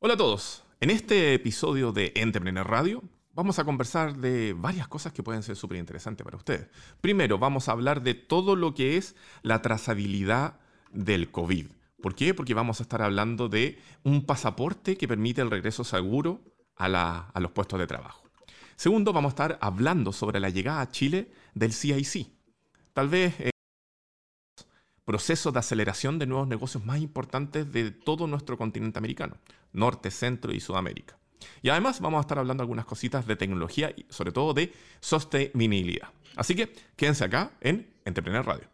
Hola a todos. En este episodio de Entrepreneur Radio vamos a conversar de varias cosas que pueden ser súper interesantes para ustedes. Primero, vamos a hablar de todo lo que es la trazabilidad del COVID. ¿Por qué? Porque vamos a estar hablando de un pasaporte que permite el regreso seguro a los puestos de trabajo. Segundo, vamos a estar hablando sobre la llegada a Chile del CIC. Tal vez proceso de aceleración de nuevos negocios más importantes de todo nuestro continente americano, Norte, Centro y Sudamérica. Y además vamos a estar hablando algunas cositas de tecnología y sobre todo de sostenibilidad. Así que quédense acá en Entrepreneur Radio.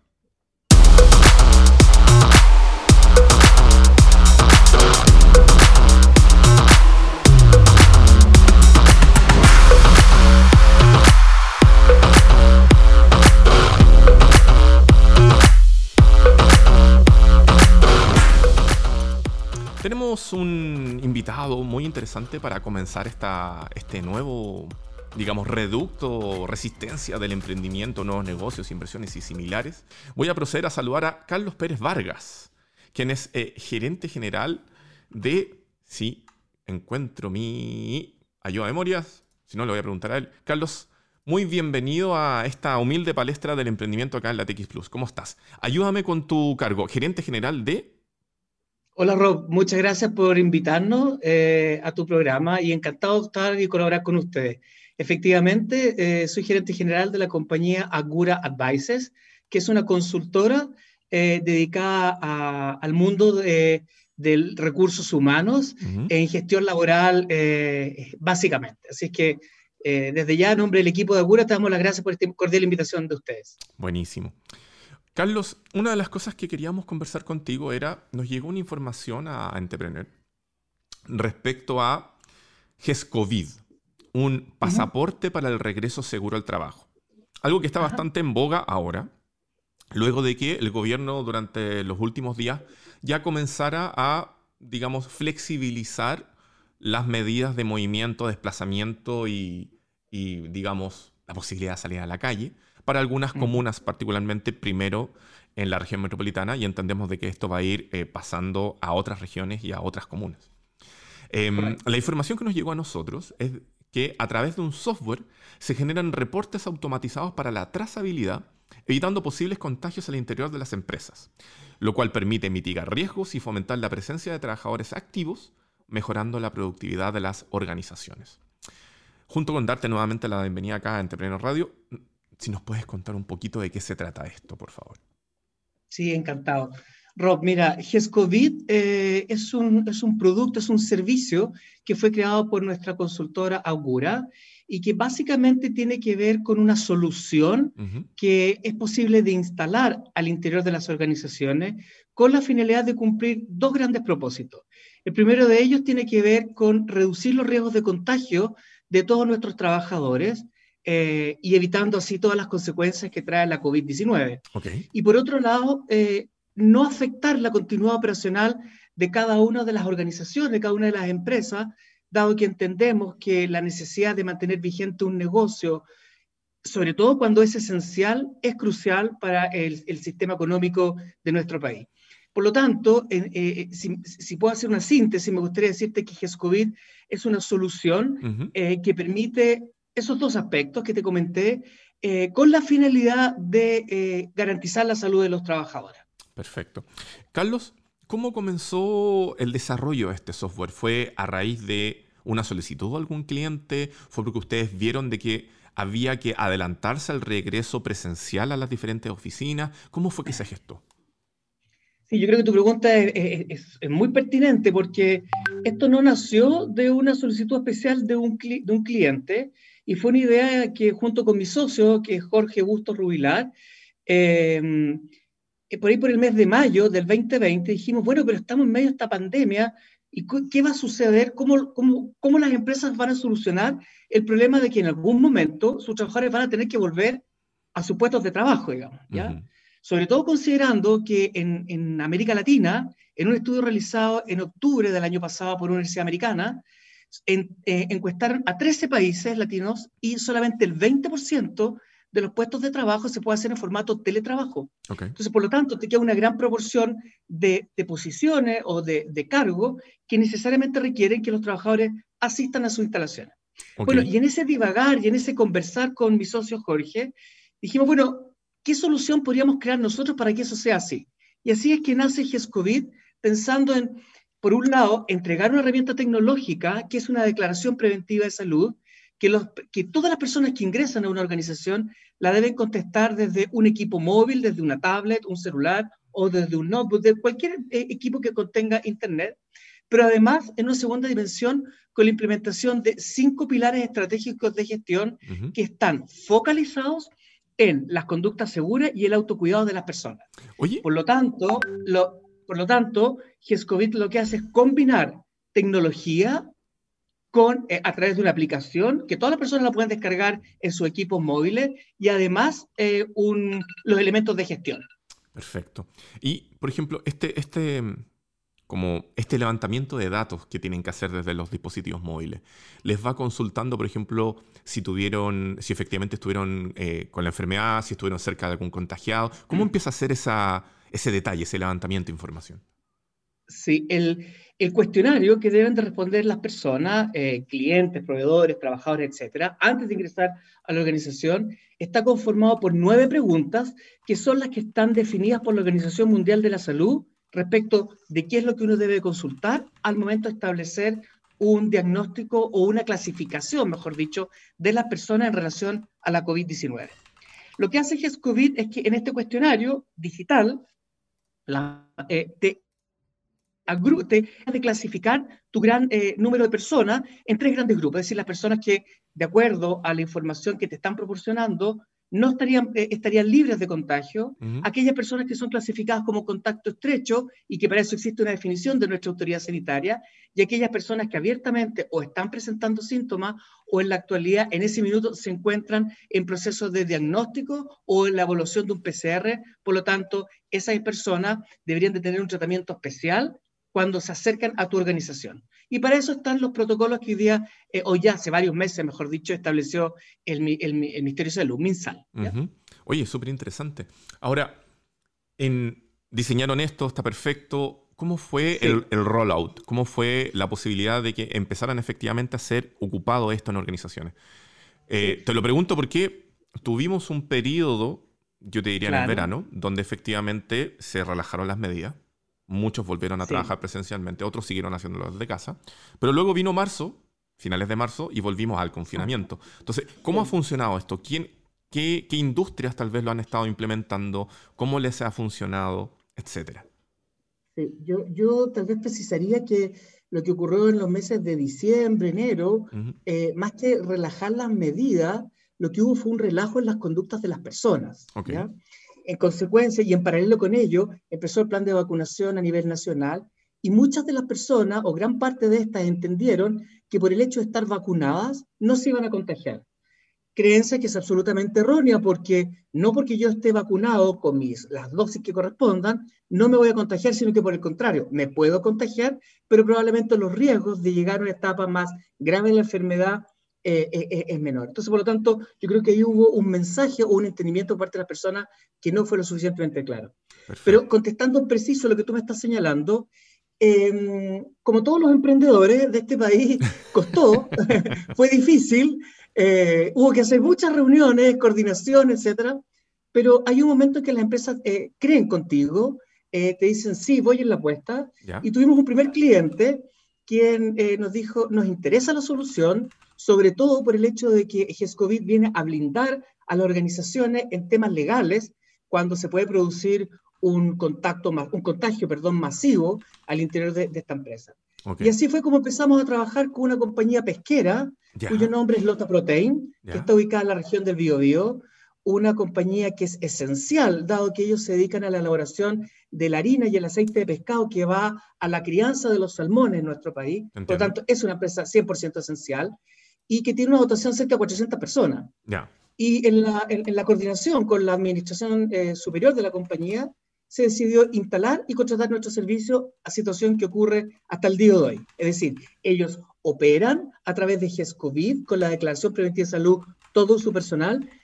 Tenemos un invitado muy interesante para comenzar este nuevo, reducto, resistencia del emprendimiento, nuevos negocios, inversiones y similares. Voy a proceder a saludar a Carlos Pérez Vargas, quien es gerente general de, si encuentro mi ayuda de memorias, si no le voy a preguntar a él. Carlos, muy bienvenido a esta humilde palestra del emprendimiento acá en la TX Plus. ¿Cómo estás? Ayúdame con tu cargo, gerente general de... Hola Rob, muchas gracias por invitarnos a tu programa y encantado de estar y colaborar con ustedes. Efectivamente, soy gerente general de la compañía Agura Advices, que es una consultora dedicada al mundo de recursos humanos en gestión laboral, básicamente. Así es que desde ya, en nombre del equipo de Agura, te damos las gracias por esta cordial invitación de ustedes. Buenísimo. Carlos, una de las cosas que queríamos conversar contigo era, nos llegó una información a Entrepreneur respecto a GESCOVID, un pasaporte para el regreso seguro al trabajo. Algo que está bastante en boga ahora, luego de que el gobierno durante los últimos días ya comenzara a, flexibilizar las medidas de movimiento, desplazamiento y la posibilidad de salir a la calle para algunas comunas, particularmente primero en la región metropolitana, y entendemos de que esto va a ir pasando a otras regiones y a otras comunas. La información que nos llegó a nosotros es que a través de un software se generan reportes automatizados para la trazabilidad, evitando posibles contagios al interior de las empresas, lo cual permite mitigar riesgos y fomentar la presencia de trabajadores activos, mejorando la productividad de las organizaciones. Junto con darte nuevamente la bienvenida acá a Entrepreneur Radio, si nos puedes contar un poquito de qué se trata esto, por favor. Sí, encantado. Rob, mira, GESCOVID es un producto, es un servicio que fue creado por nuestra consultora Augura y que básicamente tiene que ver con una solución que es posible de instalar al interior de las organizaciones con la finalidad de cumplir dos grandes propósitos. El primero de ellos tiene que ver con reducir los riesgos de contagio de todos nuestros trabajadores, y evitando así todas las consecuencias que trae la COVID-19. Okay. Y por otro lado, no afectar la continuidad operacional de cada una de las organizaciones, de cada una de las empresas, dado que entendemos que la necesidad de mantener vigente un negocio, sobre todo cuando es esencial, es crucial para el sistema económico de nuestro país. Por lo tanto, si puedo hacer una síntesis, me gustaría decirte que GESCOVID es una solución que permite esos dos aspectos que te comenté, con la finalidad de garantizar la salud de los trabajadores. Perfecto. Carlos, ¿cómo comenzó el desarrollo de este software? ¿Fue a raíz de una solicitud de algún cliente? ¿Fue porque ustedes vieron de que había que adelantarse al regreso presencial a las diferentes oficinas? ¿Cómo fue que se gestó? Sí, yo creo que tu pregunta es muy pertinente porque esto no nació de una solicitud especial de un cliente y fue una idea que junto con mi socio, que es Jorge Bustos Rubilar, por ahí por el mes de mayo del 2020 dijimos, bueno, pero estamos en medio de esta pandemia y ¿qué va a suceder? ¿Cómo las empresas van a solucionar el problema de que en algún momento sus trabajadores van a tener que volver a sus puestos de trabajo, digamos, ¿ya? Sobre todo considerando que en América Latina, en un estudio realizado en octubre del año pasado por una universidad americana, encuestaron a 13 países latinos y solamente el 20% de los puestos de trabajo se puede hacer en formato teletrabajo. Okay. Entonces, por lo tanto, te queda una gran proporción de posiciones o de cargos que necesariamente requieren que los trabajadores asistan a sus instalaciones. Okay. Bueno, y en ese divagar y en ese conversar con mi socio Jorge, dijimos, bueno, ¿qué solución podríamos crear nosotros para que eso sea así? Y así es que nace GESCOVID, pensando en, por un lado, entregar una herramienta tecnológica, que es una declaración preventiva de salud, que todas las personas que ingresan a una organización la deben contestar desde un equipo móvil, desde una tablet, un celular o desde un notebook, de cualquier equipo que contenga internet, pero además en una segunda dimensión con la implementación de 5 pilares estratégicos de gestión que están focalizados en las conductas seguras y el autocuidado de las personas. Oye. Por lo tanto, GESCOVID lo que hace es combinar tecnología a través de una aplicación que todas las personas la pueden descargar en sus equipos móviles y además los elementos de gestión. Perfecto. Y, por ejemplo, como este levantamiento de datos que tienen que hacer desde los dispositivos móviles, les va consultando, por ejemplo, si efectivamente estuvieron con la enfermedad, si estuvieron cerca de algún contagiado. ¿Cómo empieza a hacer ese detalle, ese levantamiento de información? Sí, el cuestionario que deben de responder las personas, clientes, proveedores, trabajadores, etcétera, antes de ingresar a la organización, está conformado por 9 preguntas que son las que están definidas por la Organización Mundial de la Salud respecto de qué es lo que uno debe consultar al momento de establecer un diagnóstico o una clasificación, mejor dicho, de las personas en relación a la COVID-19. Lo que hace GESCOVID es que en este cuestionario digital te de clasificar tu gran número de personas en 3 grandes grupos, es decir, las personas que, de acuerdo a la información que te están proporcionando, no estarían libres de contagio, aquellas personas que son clasificadas como contacto estrecho y que para eso existe una definición de nuestra autoridad sanitaria, y aquellas personas que abiertamente o están presentando síntomas o en la actualidad, en ese minuto, se encuentran en procesos de diagnóstico o en la evaluación de un PCR. Por lo tanto, esas personas deberían de tener un tratamiento especial cuando se acercan a tu organización. Y para eso están los protocolos que hoy día, o ya hace varios meses, mejor dicho, estableció el Ministerio de Salud, MinSal. Oye, súper interesante. Ahora, diseñaron esto, está perfecto. ¿Cómo fue el rollout? ¿Cómo fue la posibilidad de que empezaran efectivamente a ser ocupado esto en organizaciones? Te lo pregunto porque tuvimos un periodo, yo te diría en el verano, donde efectivamente se relajaron las medidas. Muchos volvieron a trabajar presencialmente, otros siguieron haciéndolo desde casa. Pero luego vino marzo, finales de marzo, y volvimos al confinamiento. Entonces, ¿cómo ha funcionado esto? ¿Qué industrias tal vez lo han estado implementando? ¿Cómo les ha funcionado? Etcétera. Sí, yo tal vez precisaría que lo que ocurrió en los meses de diciembre, enero, más que relajar las medidas, lo que hubo fue un relajo en las conductas de las personas. Okay. ¿Ya? En consecuencia, y en paralelo con ello, empezó el plan de vacunación a nivel nacional y muchas de las personas, o gran parte de estas, entendieron que por el hecho de estar vacunadas no se iban a contagiar. Creencia que es absolutamente errónea, porque no porque yo esté vacunado con las dosis que correspondan, no me voy a contagiar, sino que por el contrario, me puedo contagiar, pero probablemente los riesgos de llegar a una etapa más grave de la enfermedad es menor. Entonces, por lo tanto, yo creo que ahí hubo un mensaje o un entendimiento por parte de las personas que no fue lo suficientemente claro. Perfecto. Pero contestando preciso lo que tú me estás señalando, como todos los emprendedores de este país, costó, fue difícil, hubo que hacer muchas reuniones, coordinación, etcétera, pero hay un momento en que las empresas creen contigo, te dicen, sí, voy en la apuesta, y tuvimos un primer cliente quien nos dijo, nos interesa la solución, sobre todo por el hecho de que GESCOVID viene a blindar a las organizaciones en temas legales cuando se puede producir un contagio masivo al interior de esta empresa. Okay. Y así fue como empezamos a trabajar con una compañía pesquera, cuyo nombre es Lota Protein, que está ubicada en la región del Biobío, una compañía que es esencial, dado que ellos se dedican a la elaboración de la harina y el aceite de pescado que va a la crianza de los salmones en nuestro país. Entiendo. Por lo tanto, es una empresa 100% esencial y que tiene una dotación cerca de 400 personas. Y en la coordinación con la administración superior de la compañía, se decidió instalar y contratar nuestro servicio, a situación que ocurre hasta el día de hoy. Es decir, ellos operan a través de GESCOVID con la declaración preventiva de salud todo su personal,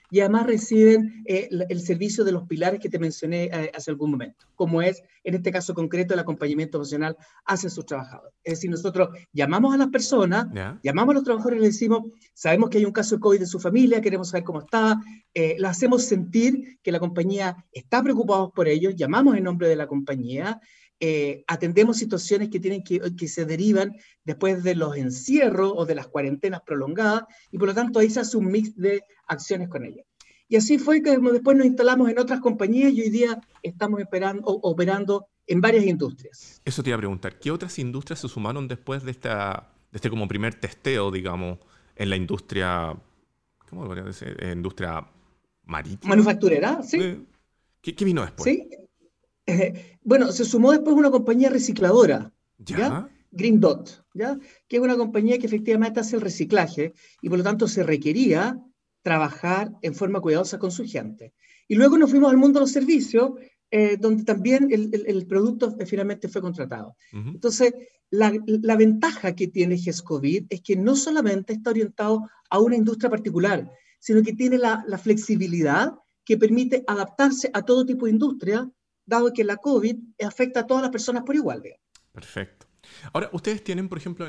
y además reciben el servicio de los pilares que te mencioné hace algún momento, como es, en este caso concreto, el acompañamiento emocional hacia sus trabajadores. Es decir, nosotros llamamos a las personas, ¿Ya? llamamos a los trabajadores y les decimos, sabemos que hay un caso de COVID en su familia, queremos saber cómo está, les hacemos sentir que la compañía está preocupada por ellos, llamamos en nombre de la compañía, atendemos situaciones que se derivan después de los encierros o de las cuarentenas prolongadas, y por lo tanto ahí se hace un mix de acciones con ellas. Y así fue que después nos instalamos en otras compañías y hoy día estamos operando en varias industrias. Eso te iba a preguntar, ¿qué otras industrias se sumaron después de este como primer testeo, digamos, en la industria, ¿cómo podría decir? Industria marítima? Manufacturera, ¿sí? ¿Qué vino después? ¿Sí? Bueno, se sumó después una compañía recicladora, ¿ya? ¿Ya? Green Dot, ¿ya? Que es una compañía que efectivamente hace el reciclaje y por lo tanto se requería trabajar en forma cuidadosa con su gente. Y luego nos fuimos al mundo de los servicios, donde también el producto finalmente fue contratado. Ujú. Entonces, la ventaja que tiene GESCOVID es que no solamente está orientado a una industria particular, sino que tiene la flexibilidad que permite adaptarse a todo tipo de industria, dado que la COVID afecta a todas las personas por igual, digamos. Perfecto. Ahora, ustedes tienen, por ejemplo,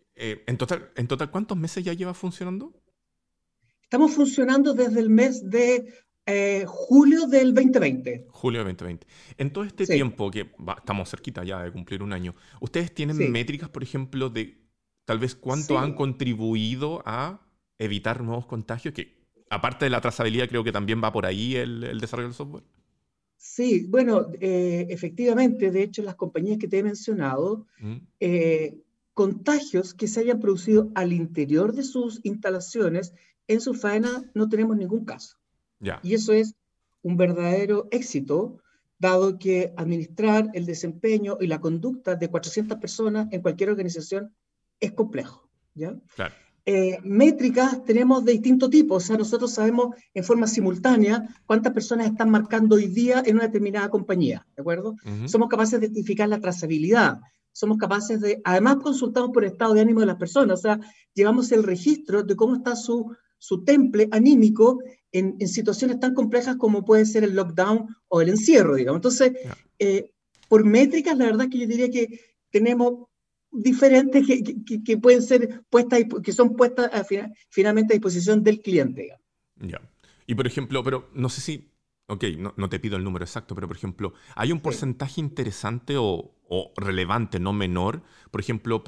en total, ¿cuántos meses ya lleva funcionando? Estamos funcionando desde el mes de julio del 2020. Julio de 2020. En todo este Sí, tiempo, que estamos cerquita ya de cumplir un año, ¿ustedes tienen sí, métricas, por ejemplo, de tal vez cuánto han sí. contribuido a evitar nuevos contagios? Que aparte de la trazabilidad, creo que también va por ahí el desarrollo del software. Sí, bueno, efectivamente, de hecho, las compañías que te he mencionado, Mm. eh, contagios que se hayan producido al interior de sus instalaciones, en su faena, no tenemos ningún caso. Ya, Y eso es un verdadero éxito, dado que administrar el desempeño y la conducta de 400 personas en cualquier organización es complejo, ¿ya? claro. Métricas tenemos de distinto tipo, o sea, nosotros sabemos en forma simultánea cuántas personas están marcando hoy día en una determinada compañía, ¿de acuerdo? Ujú. Somos capaces de identificar la trazabilidad, somos capaces de, además consultamos por estado de ánimo de las personas, o sea, llevamos el registro de cómo está su temple anímico en situaciones tan complejas como puede ser el lockdown o el encierro, digamos. Entonces, Ya. por métricas, la verdad es que yo diría que tenemos diferentes que pueden ser puestas, que son puestas finalmente a disposición del cliente, digamos. Ya. Y por ejemplo, pero no sé si, ok, no te pido el número exacto, pero por ejemplo, ¿hay un Sí. porcentaje interesante o relevante, no menor, por ejemplo,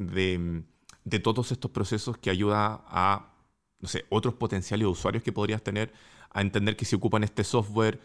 de todos estos procesos que ayuda a, no sé, otros potenciales usuarios que podrías tener a entender que si ocupan este software,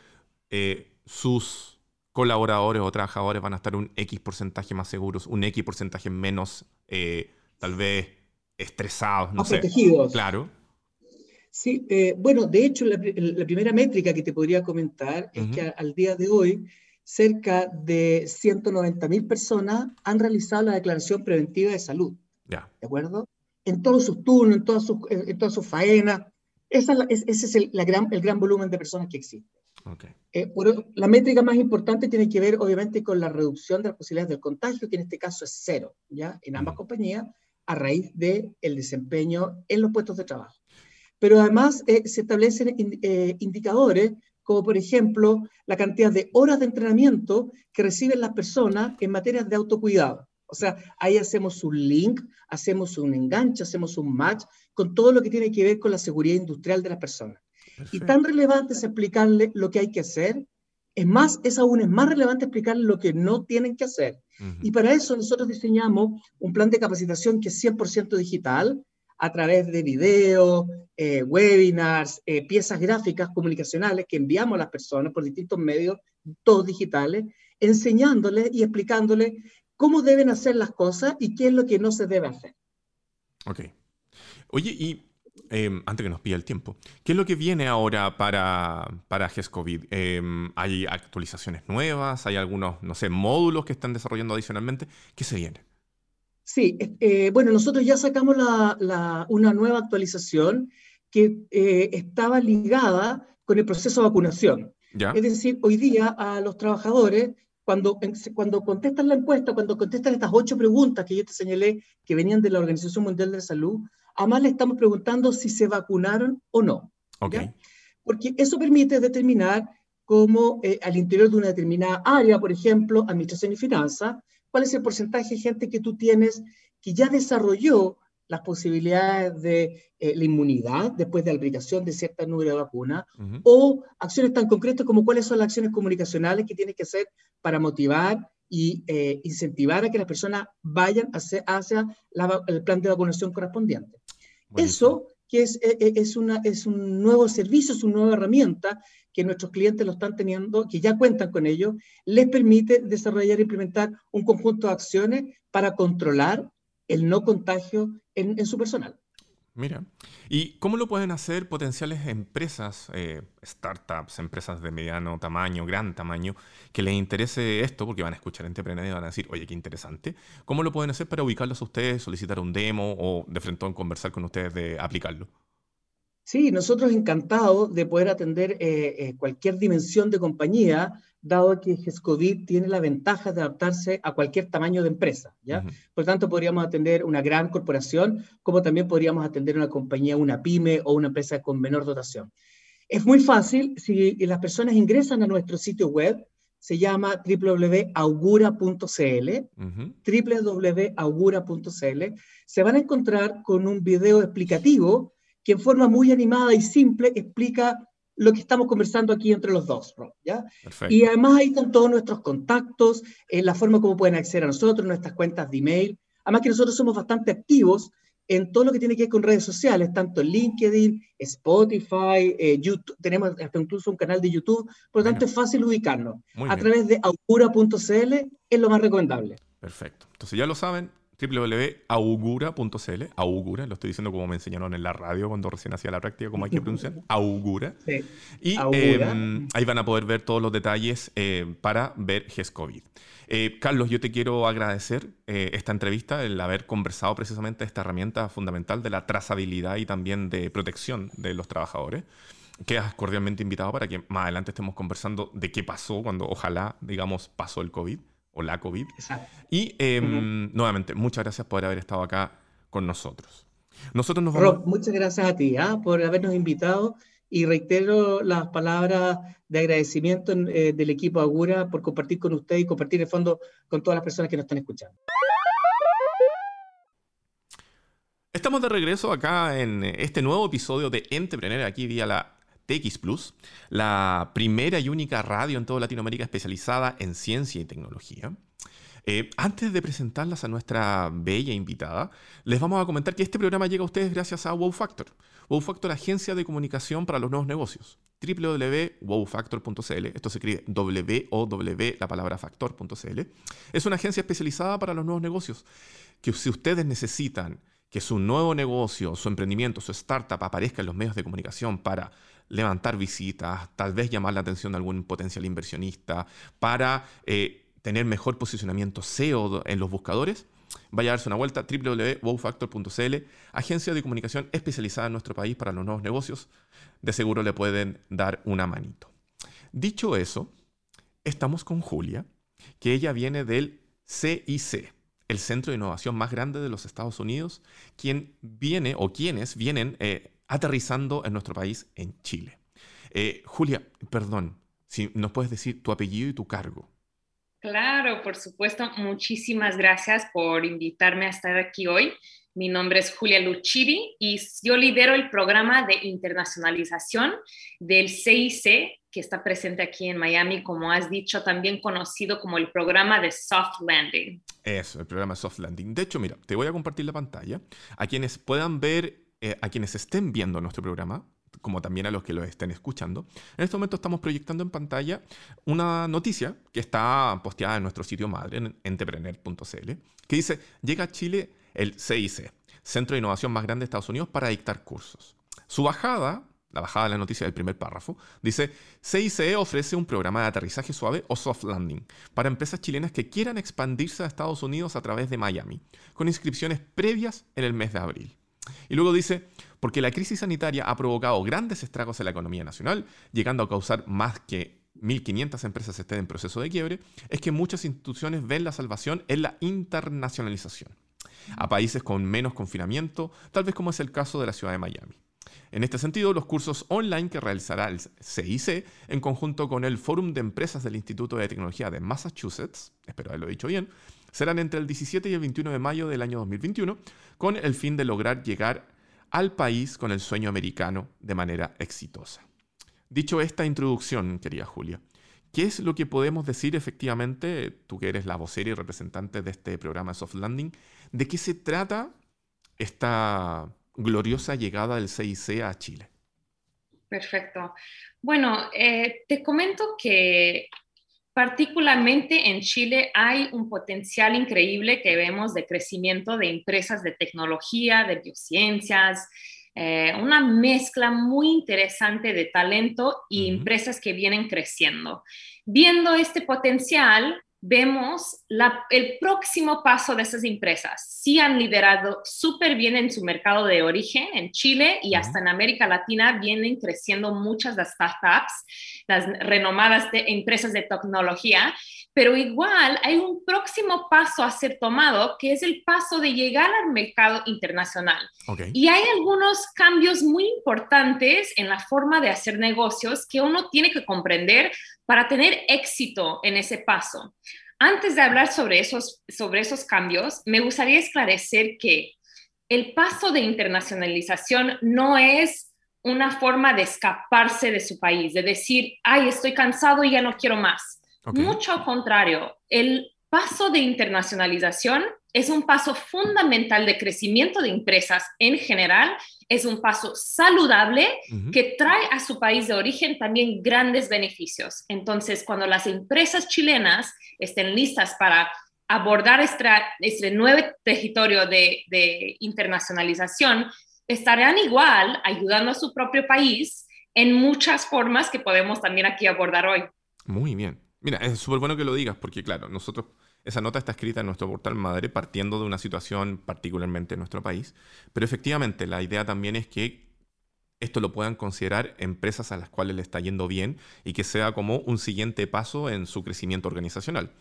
sus colaboradores o trabajadores van a estar un X porcentaje más seguros, un X porcentaje menos, tal vez, estresados, no Más sé? protegidos. Claro. Sí, bueno, de hecho, la primera métrica que te podría comentar es que Ujú. al día de hoy, cerca de 190.000 personas han realizado la declaración preventiva de salud, Ya. ¿de acuerdo? En todos sus turnos, en todas sus faenas. Ese es el gran volumen de personas que existe. Ok. La métrica más importante tiene que ver, obviamente, con la reducción de las posibilidades del contagio, que en este caso es cero, ¿ya? En ambas Ujú. compañías, a raíz del desempeño en los puestos de trabajo. Pero además se establecen indicadores, como por ejemplo la cantidad de horas de entrenamiento que reciben las personas en materias de autocuidado. O sea, ahí hacemos un link, hacemos un enganche, hacemos un match con todo lo que tiene que ver con la seguridad industrial de las personas. Y tan Perfecto. relevante es explicarle lo que hay que hacer, es más relevante explicarle lo que no tienen que hacer. Ujú. Y para eso nosotros diseñamos un plan de capacitación que es 100% digital, a través de videos, webinars, piezas gráficas comunicacionales que enviamos a las personas por distintos medios, todos digitales, enseñándoles y explicándoles cómo deben hacer las cosas y qué es lo que no se debe hacer. Ok. Oye, y antes que nos pida el tiempo, ¿qué es lo que viene ahora para GESCOVID? ¿Hay actualizaciones nuevas? ¿Hay algunos, no sé, módulos que están desarrollando adicionalmente? ¿Qué se viene? Sí, bueno, nosotros ya sacamos una nueva actualización que estaba ligada con el proceso de vacunación. Es ¿Ya? decir, hoy día a los trabajadores, cuando contestan la encuesta, cuando contestan estas 8 preguntas que yo te señalé que venían de la Organización Mundial de la Salud, además le estamos preguntando si se vacunaron o no, Ok. ¿ya? porque eso permite determinar cómo al interior de una determinada área, por ejemplo, administración y finanzas, cuál es el porcentaje de gente que tú tienes que ya desarrolló las posibilidades de la inmunidad después de la aplicación de cierta número de vacunas, o acciones tan concretas como cuáles son las acciones comunicacionales que tienes que hacer para motivar y incentivar a que las personas vayan hacia el plan de vacunación correspondiente. Buenísimo. Eso que es un nuevo servicio, es una nueva herramienta que nuestros clientes lo están teniendo, que ya cuentan con ello, les permite desarrollar e implementar un conjunto de acciones para controlar el no contagio en su personal. Mira, ¿y cómo lo pueden hacer potenciales empresas, startups, empresas de mediano tamaño, gran tamaño, que les interese esto, porque van a escuchar Entrepreneur y van a decir, oye, qué interesante? ¿Cómo lo pueden hacer para ubicarlos a ustedes, solicitar un demo o de frente a conversar con ustedes de aplicarlo? Sí, nosotros encantados de poder atender cualquier dimensión de compañía, dado que GESCOVID tiene la ventaja de adaptarse a cualquier tamaño de empresa, ¿ya? Por lo tanto, podríamos atender una gran corporación, como también podríamos atender una compañía, una pyme o una empresa con menor dotación. Es muy fácil, si las personas ingresan a nuestro sitio web, se llama www.augura.cl, www.augura.cl, se van a encontrar con un video explicativo que en forma muy animada y simple explica lo que estamos conversando aquí entre los dos, ¿ya? Perfecto. Y además ahí están todos nuestros contactos, la forma como pueden acceder a nosotros, nuestras cuentas de email. Además que nosotros somos bastante activos en todo lo que tiene que ver con redes sociales, tanto LinkedIn, Spotify, YouTube, tenemos hasta incluso un canal de YouTube, por lo tanto es fácil ubicarnos. Muy a bien. través de augura.cl es lo más recomendable. Perfecto. Entonces ya lo saben, www.augura.cl, Augura, lo estoy diciendo como me enseñaron en la radio cuando recién hacía la práctica, como hay que pronunciar, Augura. Sí. Y Augura. ahí van a poder ver todos los detalles para ver GESCOVID. Carlos, yo te quiero agradecer esta entrevista, el haber conversado precisamente de esta herramienta fundamental de la trazabilidad y también de protección de los trabajadores. Quedas cordialmente invitado para que más adelante estemos conversando de qué pasó cuando ojalá, digamos, pasó el COVID o la COVID. Exacto. Y nuevamente, muchas gracias por haber estado acá con nosotros. Nosotros nos Rob, vamos... muchas gracias a ti por habernos invitado y reitero las palabras de agradecimiento del equipo Augura por compartir con usted y compartir el fondo con todas las personas que nos están escuchando. Estamos de regreso acá en este nuevo episodio de Entrepreneur, aquí vía la TX Plus, la primera y única radio en toda Latinoamérica especializada en ciencia y tecnología. Antes de presentarlas a nuestra bella invitada, les vamos a comentar que este programa llega a ustedes gracias a Wow Factor. Wow Factor, agencia de comunicación para los nuevos negocios. www.wowfactor.cl, esto se escribe W-O-W, la palabra factor.cl. Es una agencia especializada para los nuevos negocios, que si ustedes necesitan que su nuevo negocio, su emprendimiento, su startup aparezca en los medios de comunicación para levantar visitas, tal vez llamar la atención de algún potencial inversionista, para tener mejor posicionamiento SEO en los buscadores, vaya a darse una vuelta, www.wowfactor.cl, agencia de comunicación especializada en nuestro país para los nuevos negocios. De seguro le pueden dar una manito. Dicho eso, estamos con Julia, que ella viene del CIC, el centro de innovación más grande de los Estados Unidos, quienes vienen aterrizando en nuestro país, en Chile. Julia, perdón, si nos puedes decir tu apellido y tu cargo. Claro, por supuesto. Muchísimas gracias por invitarme a estar aquí hoy. Mi nombre es Julia Lucchidi y yo lidero el programa de internacionalización del CIC, que está presente aquí en Miami, como has dicho, también conocido como el programa de Soft Landing. Eso, el programa Soft Landing. De hecho, mira, te voy a compartir la pantalla. A quienes puedan ver, a quienes estén viendo nuestro programa, como también a los que lo estén escuchando, en este momento estamos proyectando en pantalla una noticia que está posteada en nuestro sitio madre, en entrepreneur.cl, que dice, llega a Chile el CIC, Centro de Innovación más grande de Estados Unidos, para dictar cursos. Su bajada, la bajada de la noticia del primer párrafo, dice, CIC ofrece un programa de aterrizaje suave o soft landing para empresas chilenas que quieran expandirse a Estados Unidos a través de Miami, con inscripciones previas en el mes de abril. Y luego dice, porque la crisis sanitaria ha provocado grandes estragos en la economía nacional, llegando a causar más que 1.500 empresas estén en proceso de quiebre, es que muchas instituciones ven la salvación en la internacionalización, a países con menos confinamiento, tal vez como es el caso de la ciudad de Miami. En este sentido, los cursos online que realizará el CIC en conjunto con el Fórum de Empresas del Instituto de Tecnología de Massachusetts, espero haberlo dicho bien, serán entre el 17 y el 21 de mayo del año 2021, con el fin de lograr llegar al país con el sueño americano de manera exitosa. Dicho esta introducción, querida Julia, ¿qué es lo que podemos decir efectivamente, tú que eres la vocera y representante de este programa Soft Landing, de qué se trata esta gloriosa llegada del CIC a Chile? Perfecto. Bueno, te comento que particularmente en Chile hay un potencial increíble que vemos de crecimiento de empresas de tecnología, de biociencias, una mezcla muy interesante de talento y empresas que vienen creciendo. Viendo este potencial, vemos el próximo paso de esas empresas. Sí han liderado súper bien en su mercado de origen, en Chile y hasta en América Latina vienen creciendo muchas de las startups, las renomadas empresas de tecnología, pero igual hay un próximo paso a ser tomado, que es el paso de llegar al mercado internacional. Okay. Y hay algunos cambios muy importantes en la forma de hacer negocios que uno tiene que comprender para tener éxito en ese paso. Antes de hablar sobre esos cambios, me gustaría esclarecer que el paso de internacionalización no es una forma de escaparse de su país, de decir, ay, estoy cansado y ya no quiero más. Okay. Mucho al contrario, el paso de internacionalización es un paso fundamental de crecimiento de empresas en general, es un paso saludable que trae a su país de origen también grandes beneficios. Entonces, cuando las empresas chilenas estén listas para abordar este nuevo territorio de internacionalización, estarán igual ayudando a su propio país en muchas formas que podemos también aquí abordar hoy. Muy bien. Mira, es súper bueno que lo digas porque, claro, nosotros, esa nota está escrita en nuestro portal madre partiendo de una situación particularmente en nuestro país, pero efectivamente la idea también es que esto lo puedan considerar empresas a las cuales le está yendo bien y que sea como un siguiente paso en su crecimiento organizacional.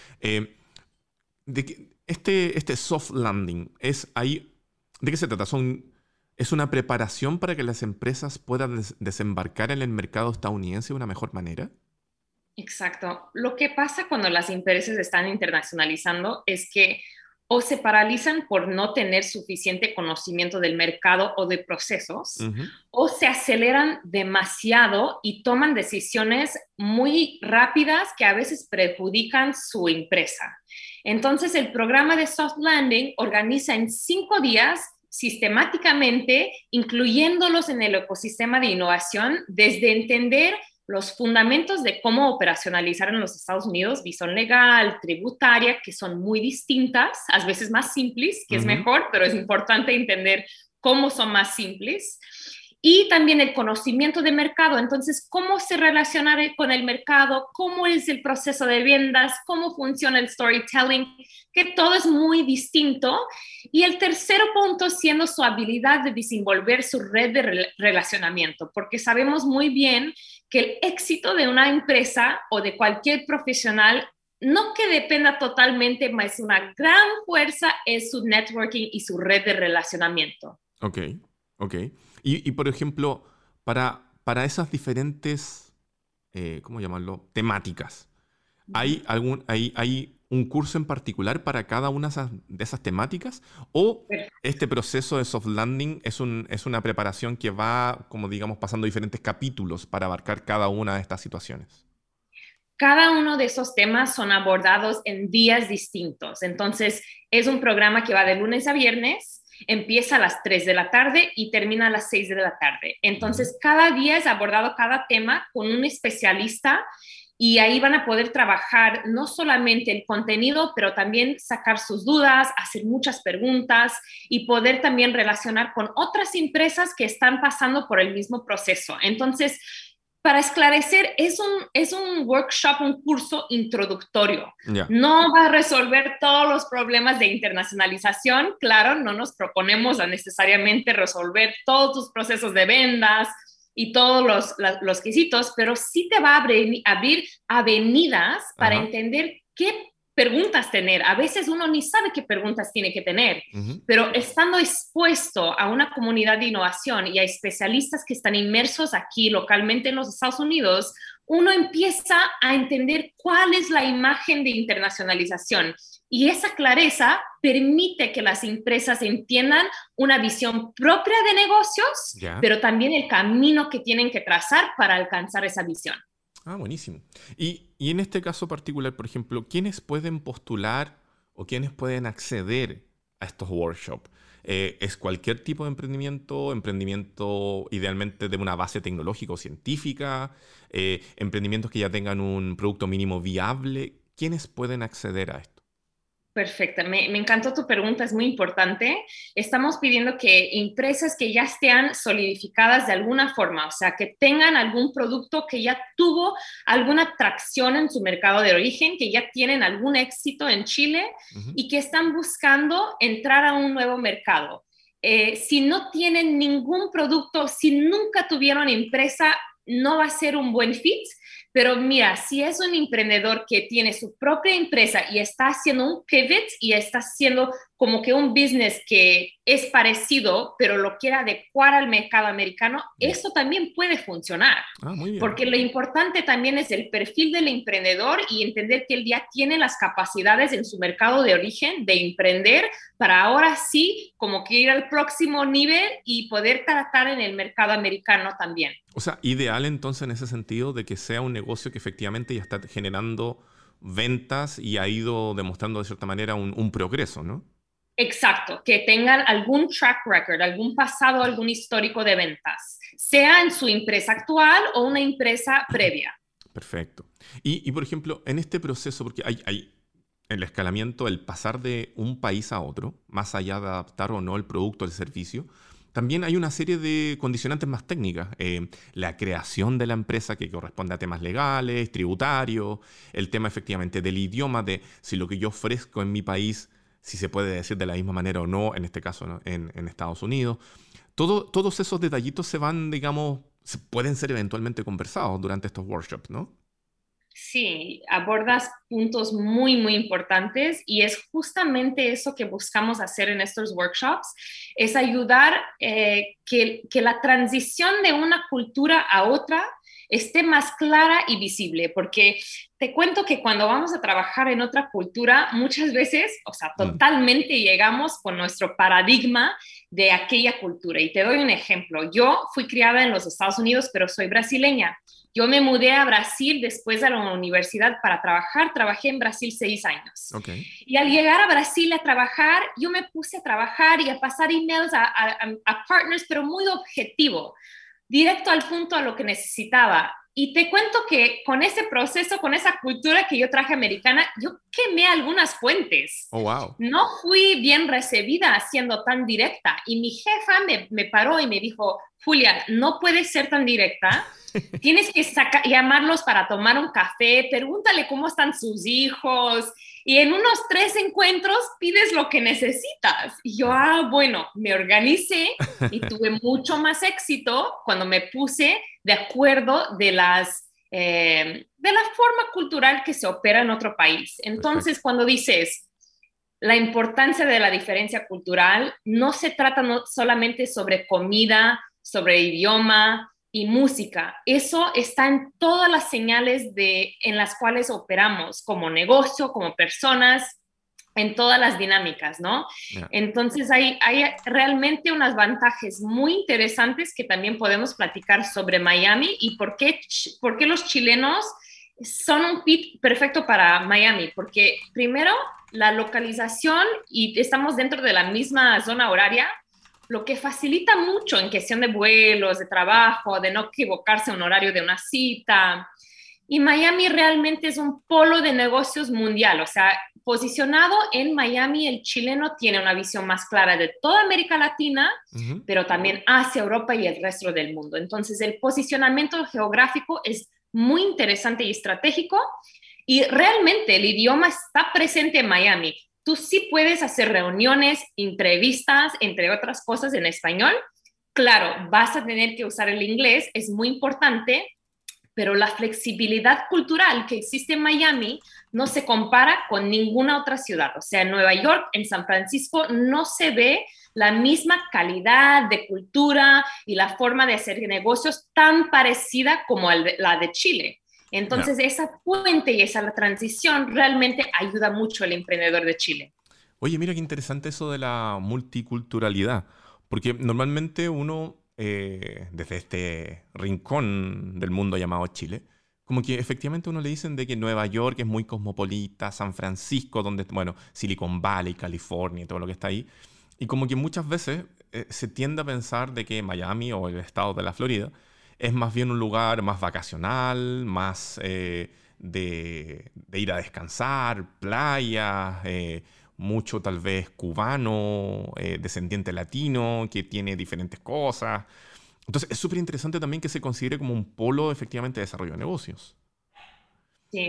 Este soft landing, ¿de qué se trata? ¿Es una preparación para que las empresas puedan desembarcar en el mercado estadounidense de una mejor manera? Exacto. Lo que pasa cuando las empresas están internacionalizando es que o se paralizan por no tener suficiente conocimiento del mercado o de procesos, o se aceleran demasiado y toman decisiones muy rápidas que a veces perjudican su empresa. Entonces, el programa de Soft Landing organiza en 5 días sistemáticamente, incluyéndolos en el ecosistema de innovación, desde entender los fundamentos de cómo operacionalizar en los Estados Unidos, visión legal, tributaria, que son muy distintas, a veces más simples, que es mejor, pero es importante entender cómo son más simples. Y también el conocimiento de mercado, entonces, cómo se relaciona con el mercado, cómo es el proceso de ventas, cómo funciona el storytelling, que todo es muy distinto. Y el tercer punto siendo su habilidad de desenvolver su red de relacionamiento, porque sabemos muy bien que el éxito de una empresa o de cualquier profesional no que dependa totalmente, más una gran fuerza es su networking y su red de relacionamiento. Ok. Y por ejemplo, para esas diferentes, ¿cómo llamarlo? Temáticas, ¿hay un curso en particular para cada una de esas temáticas? ¿O este proceso de soft landing es una preparación que va, como digamos, pasando diferentes capítulos para abarcar cada una de estas situaciones? Cada uno de esos temas son abordados en días distintos. Entonces, es un programa que va de lunes a viernes, empieza a las 3 de la tarde y termina a las 6 de la tarde. Entonces, cada día es abordado cada tema con un especialista y ahí van a poder trabajar no solamente el contenido, pero también sacar sus dudas, hacer muchas preguntas y poder también relacionar con otras empresas que están pasando por el mismo proceso. Entonces, para esclarecer, es un workshop, un curso introductorio. Yeah. No va a resolver todos los problemas de internacionalización. Claro, no nos proponemos a necesariamente resolver todos tus procesos de ventas y todos los quesitos, pero sí te va a abrir avenidas para entender qué preguntas tener. A veces uno ni sabe qué preguntas tiene que tener, pero estando expuesto a una comunidad de innovación y a especialistas que están inmersos aquí localmente en los Estados Unidos, uno empieza a entender cuál es la imagen de internacionalización. Y esa clareza permite que las empresas entiendan una visión propia de negocios, pero también el camino que tienen que trazar para alcanzar esa visión. Ah, buenísimo. Y en este caso particular, por ejemplo, ¿quiénes pueden postular o quiénes pueden acceder a estos workshops? ¿Es cualquier tipo de emprendimiento idealmente de una base tecnológica o científica, emprendimientos que ya tengan un producto mínimo viable? ¿Quiénes pueden acceder a esto? Perfecto, me encantó tu pregunta, es muy importante. Estamos pidiendo que empresas que ya estén solidificadas de alguna forma, o sea, que tengan algún producto que ya tuvo alguna tracción en su mercado de origen, que ya tienen algún éxito en Chile y que están buscando entrar a un nuevo mercado. Si no tienen ningún producto, si nunca tuvieron empresa, no va a ser un buen fit. Pero mira, si es un emprendedor que tiene su propia empresa y está haciendo un pivot y está haciendo como que un business que es parecido, pero lo quiere adecuar al mercado americano, eso también puede funcionar. Muy bien. Porque lo importante también es el perfil del emprendedor y entender que él ya tiene las capacidades en su mercado de origen de emprender para ahora sí como que ir al próximo nivel y poder tratar en el mercado americano también. O sea, ideal entonces en ese sentido de que sea un negocio que efectivamente ya está generando ventas y ha ido demostrando de cierta manera un progreso, ¿no? Exacto, que tengan algún track record, algún pasado, algún histórico de ventas, sea en su empresa actual o una empresa previa. Perfecto. Y por ejemplo, en este proceso, porque hay el escalamiento, el pasar de un país a otro, más allá de adaptar o no el producto o el servicio, también hay una serie de condicionantes más técnicas. La creación de la empresa que corresponde a temas legales, tributarios, el tema efectivamente del idioma, de si lo que yo ofrezco en mi país, si se puede decir de la misma manera o no, en este caso, ¿no? en Estados Unidos. Todos esos detallitos se van, digamos, pueden ser eventualmente conversados durante estos workshops, ¿no? Sí, abordas puntos muy, muy importantes y es justamente eso que buscamos hacer en estos workshops, es ayudar que la transición de una cultura a otra esté más clara y visible, porque te cuento que cuando vamos a trabajar en otra cultura, muchas veces, o sea, totalmente llegamos con nuestro paradigma de aquella cultura. Y te doy un ejemplo. Yo fui criada en los Estados Unidos, pero soy brasileña. Yo me mudé a Brasil después de la universidad para trabajar. Trabajé en Brasil 6 años. Okay. Y al llegar a Brasil a trabajar, yo me puse a trabajar y a pasar emails a partners, pero muy objetivo, directo al punto a lo que necesitaba. Y te cuento que con ese proceso, con esa cultura que yo traje americana, yo quemé algunas fuentes. Oh, wow. No fui bien recibida siendo tan directa. Y mi jefa me paró y me dijo, Julia, no puedes ser tan directa. Tienes que llamarlos para tomar un café, pregúntale cómo están sus hijos y en unos 3 encuentros pides lo que necesitas. Y yo, bueno, me organicé y tuve mucho más éxito cuando me puse de acuerdo de la forma cultural que se opera en otro país. Entonces, perfecto, cuando dices la importancia de la diferencia cultural, no se trata solamente sobre comida, sobre idioma y música. Eso está en todas las señales en las cuales operamos como negocio, como personas, en todas las dinámicas, ¿no? Yeah. Entonces hay realmente unos ventajas muy interesantes que también podemos platicar sobre Miami y por qué los chilenos son un fit perfecto para Miami, porque primero la localización y estamos dentro de la misma zona horaria, lo que facilita mucho en cuestión de vuelos, de trabajo, de no equivocarse en un horario de una cita. Y Miami realmente es un polo de negocios mundial, o sea, posicionado en Miami, el chileno tiene una visión más clara de toda América Latina, pero también hacia Europa y el resto del mundo. Entonces, el posicionamiento geográfico es muy interesante y estratégico, y realmente el idioma está presente en Miami. Tú sí puedes hacer reuniones, entrevistas, entre otras cosas en español. Claro, vas a tener que usar el inglés, es muy importante, pero la flexibilidad cultural que existe en Miami no se compara con ninguna otra ciudad. O sea, en Nueva York, en San Francisco, no se ve la misma calidad de cultura y la forma de hacer negocios tan parecida como la de Chile. Entonces, esa puente y esa transición realmente ayuda mucho al emprendedor de Chile. Oye, mira qué interesante eso de la multiculturalidad, porque normalmente uno, desde este rincón del mundo llamado Chile, como que efectivamente uno le dicen de que Nueva York es muy cosmopolita, San Francisco, donde, bueno, Silicon Valley, California y todo lo que está ahí, y como que muchas veces se tiende a pensar de que Miami o el estado de la Florida es más bien un lugar más vacacional, más de ir a descansar, playa, mucho tal vez cubano, descendiente latino, que tiene diferentes cosas. Entonces es súper interesante también que se considere como un polo efectivamente de desarrollo de negocios. Sí,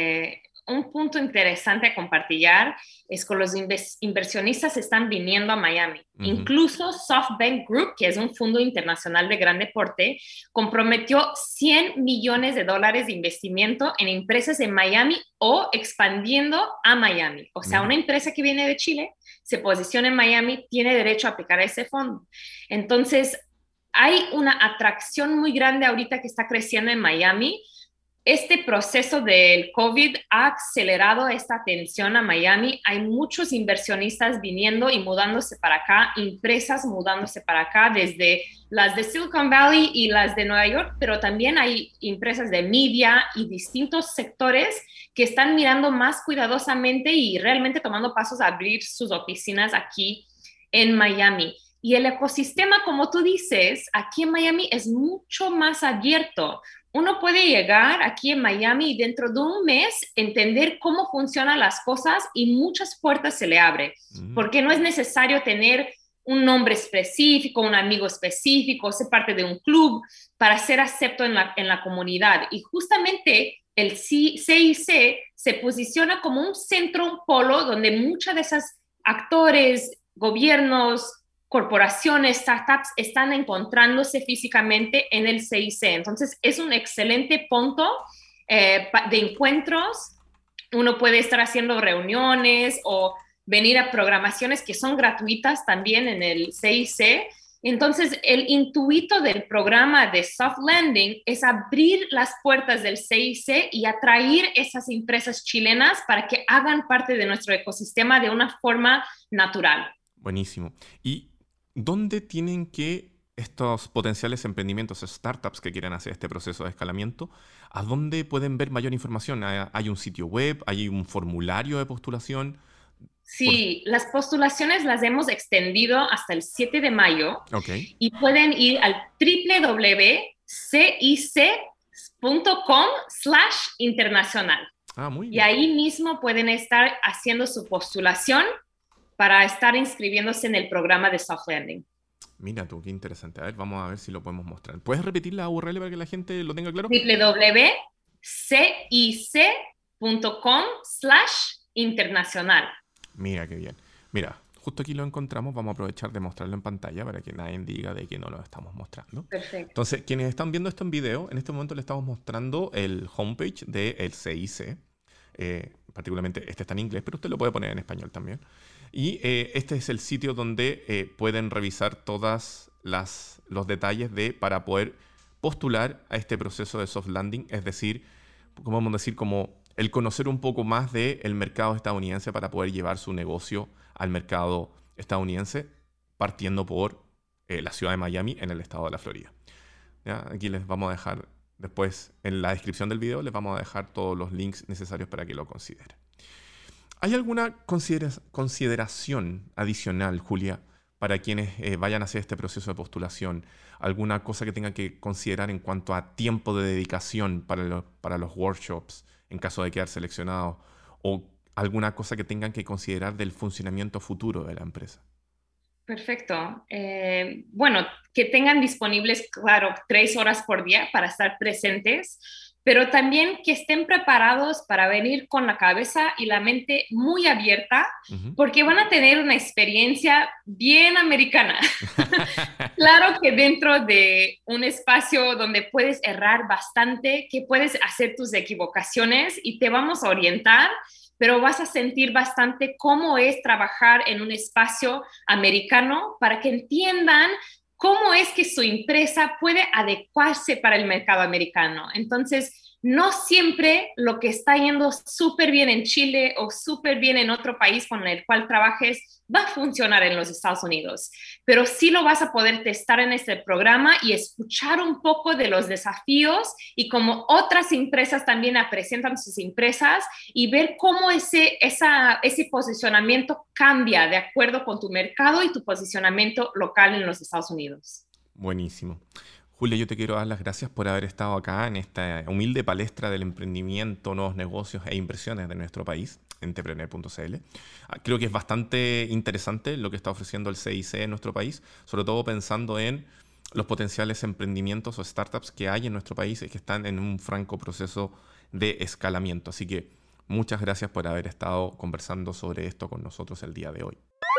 un punto interesante a compartir es que los inversionistas están viniendo a Miami. Ujú. Incluso SoftBank Group, que es un fondo internacional de gran deporte, comprometió $100 millones de investimiento en empresas en Miami o expandiendo a Miami. O sea, Mira. una empresa que viene de Chile se posiciona en Miami, tiene derecho a aplicar a ese fondo. Entonces, hay una atracción muy grande ahorita que está creciendo en Miami. Este proceso del COVID ha acelerado esta atención a Miami. Hay muchos inversionistas viniendo y mudándose para acá, empresas mudándose para acá, desde las de Silicon Valley y las de Nueva York, pero también hay empresas de media y distintos sectores que están mirando más cuidadosamente y realmente tomando pasos a abrir sus oficinas aquí en Miami. Y el ecosistema, como tú dices, aquí en Miami es mucho más abierto. Uno puede llegar aquí en Miami y dentro de un mes entender cómo funcionan las cosas y muchas puertas se le abren, Mm. porque no es necesario tener un nombre específico, un amigo específico, ser parte de un club para ser acepto en la comunidad. Y justamente el CIC se posiciona como un centro, un polo, donde muchas de esas actores, gobiernos, corporaciones, startups están encontrándose físicamente en el CIC. Entonces, es un excelente punto de encuentros. Uno puede estar haciendo reuniones o venir a programaciones que son gratuitas también en el CIC. Entonces, el intuito del programa de Soft Landing es abrir las puertas del CIC y atraer esas empresas chilenas para que hagan parte de nuestro ecosistema de una forma natural. Buenísimo. ¿Y dónde tienen que estos potenciales emprendimientos, startups que quieran hacer este proceso de escalamiento, a dónde pueden ver mayor información? ¿Hay un sitio web? ¿Hay un formulario de postulación? Por... Sí, las postulaciones las hemos extendido hasta el 7 de mayo Ok. y pueden ir al www.cic.com/internacional. Ah, muy Y bien. ahí mismo pueden estar haciendo su postulación para estar inscribiéndose en el programa de Soft Landing. Mira tú, qué interesante. A ver, vamos a ver si lo podemos mostrar. ¿Puedes repetir la URL para que la gente lo tenga claro? www.cic.com/internacional. Mira, qué bien. Mira, justo aquí lo encontramos. Vamos a aprovechar de mostrarlo en pantalla para que nadie diga de que no lo estamos mostrando. Perfecto. Entonces, quienes están viendo esto en video, en este momento le estamos mostrando el homepage del CIC. Particularmente este está en inglés, pero usted lo puede poner en español también. Y este es el sitio donde pueden revisar todos los detalles para poder postular a este proceso de soft landing, es decir, como vamos a decir, como el conocer un poco más del mercado estadounidense para poder llevar su negocio al mercado estadounidense, partiendo por la ciudad de Miami en el estado de la Florida. ¿Ya? Aquí les vamos a dejar después, en la descripción del video, les vamos a dejar todos los links necesarios para que lo consideren. ¿Hay alguna consideración adicional, Julia, para quienes vayan a hacer este proceso de postulación? ¿Alguna cosa que tengan que considerar en cuanto a tiempo de dedicación para los workshops en caso de quedar seleccionados? ¿O alguna cosa que tengan que considerar del funcionamiento futuro de la empresa? Perfecto. Bueno, que tengan disponibles, claro, 3 horas por día para estar presentes, pero también que estén preparados para venir con la cabeza y la mente muy abierta, porque van a tener una experiencia bien americana. Claro que dentro de un espacio donde puedes errar bastante, que puedes hacer tus equivocaciones y te vamos a orientar, pero vas a sentir bastante cómo es trabajar en un espacio americano para que entiendan cómo es que su empresa puede adecuarse para el mercado americano. Entonces, no siempre lo que está yendo súper bien en Chile o súper bien en otro país con el cual trabajes va a funcionar en los Estados Unidos, pero sí lo vas a poder testar en este programa y escuchar un poco de los desafíos y cómo otras empresas también presentan sus empresas y ver cómo ese posicionamiento cambia de acuerdo con tu mercado y tu posicionamiento local en los Estados Unidos. Buenísimo. Julia, yo te quiero dar las gracias por haber estado acá en esta humilde palestra del emprendimiento, nuevos negocios e inversiones de nuestro país, entrepreneur.cl. Creo que es bastante interesante lo que está ofreciendo el CIC en nuestro país, sobre todo pensando en los potenciales emprendimientos o startups que hay en nuestro país y que están en un franco proceso de escalamiento. Así que muchas gracias por haber estado conversando sobre esto con nosotros el día de hoy.